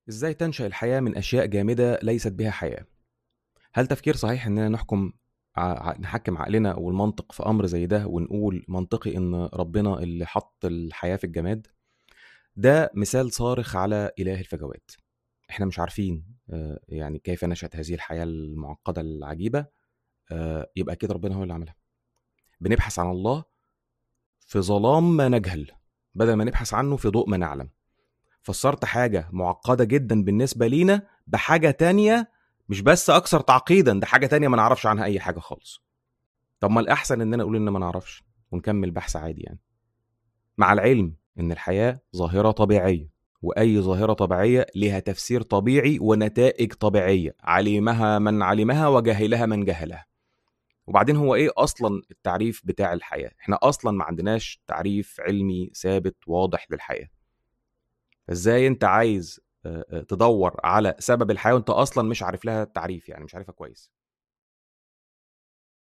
إزاي تنشأ الحياة من أشياء جامدة ليست بها حياة؟ هل تفكير صحيح إننا نحكم عقلنا والمنطق في أمر زي ده ونقول منطقي إن ربنا اللي حط الحياة في الجماد؟ ده مثال صارخ على إله الفجوات. إحنا مش عارفين يعني كيف نشأت هذه الحياة المعقدة العجيبة. يبقى كده ربنا هو اللي عملها. بنبحث عن الله في ظلام ما نجهل بدل ما نبحث عنه في ضوء ما نعلم. فسرت حاجة معقدة جدا بالنسبة لينا بحاجة تانية، مش بس أكثر تعقيدا، ده حاجة تانية ما نعرفش عنها أي حاجة خالص. طب ما الأحسن إننا نقول إن ما نعرفش ونكمل بحث عادي يعني، مع العلم إن الحياة ظاهرة طبيعية، وأي ظاهرة طبيعية لها تفسير طبيعي ونتائج طبيعية علمها من علمها وجهلها من جهلها. وبعدين هو إيه أصلا التعريف بتاع الحياة؟ إحنا أصلا ما عندناش تعريف علمي ثابت واضح للحياة. ازاي انت عايز تدور على سبب الحياه وانت اصلا مش عارف لها تعريف، يعني مش عارفها كويس؟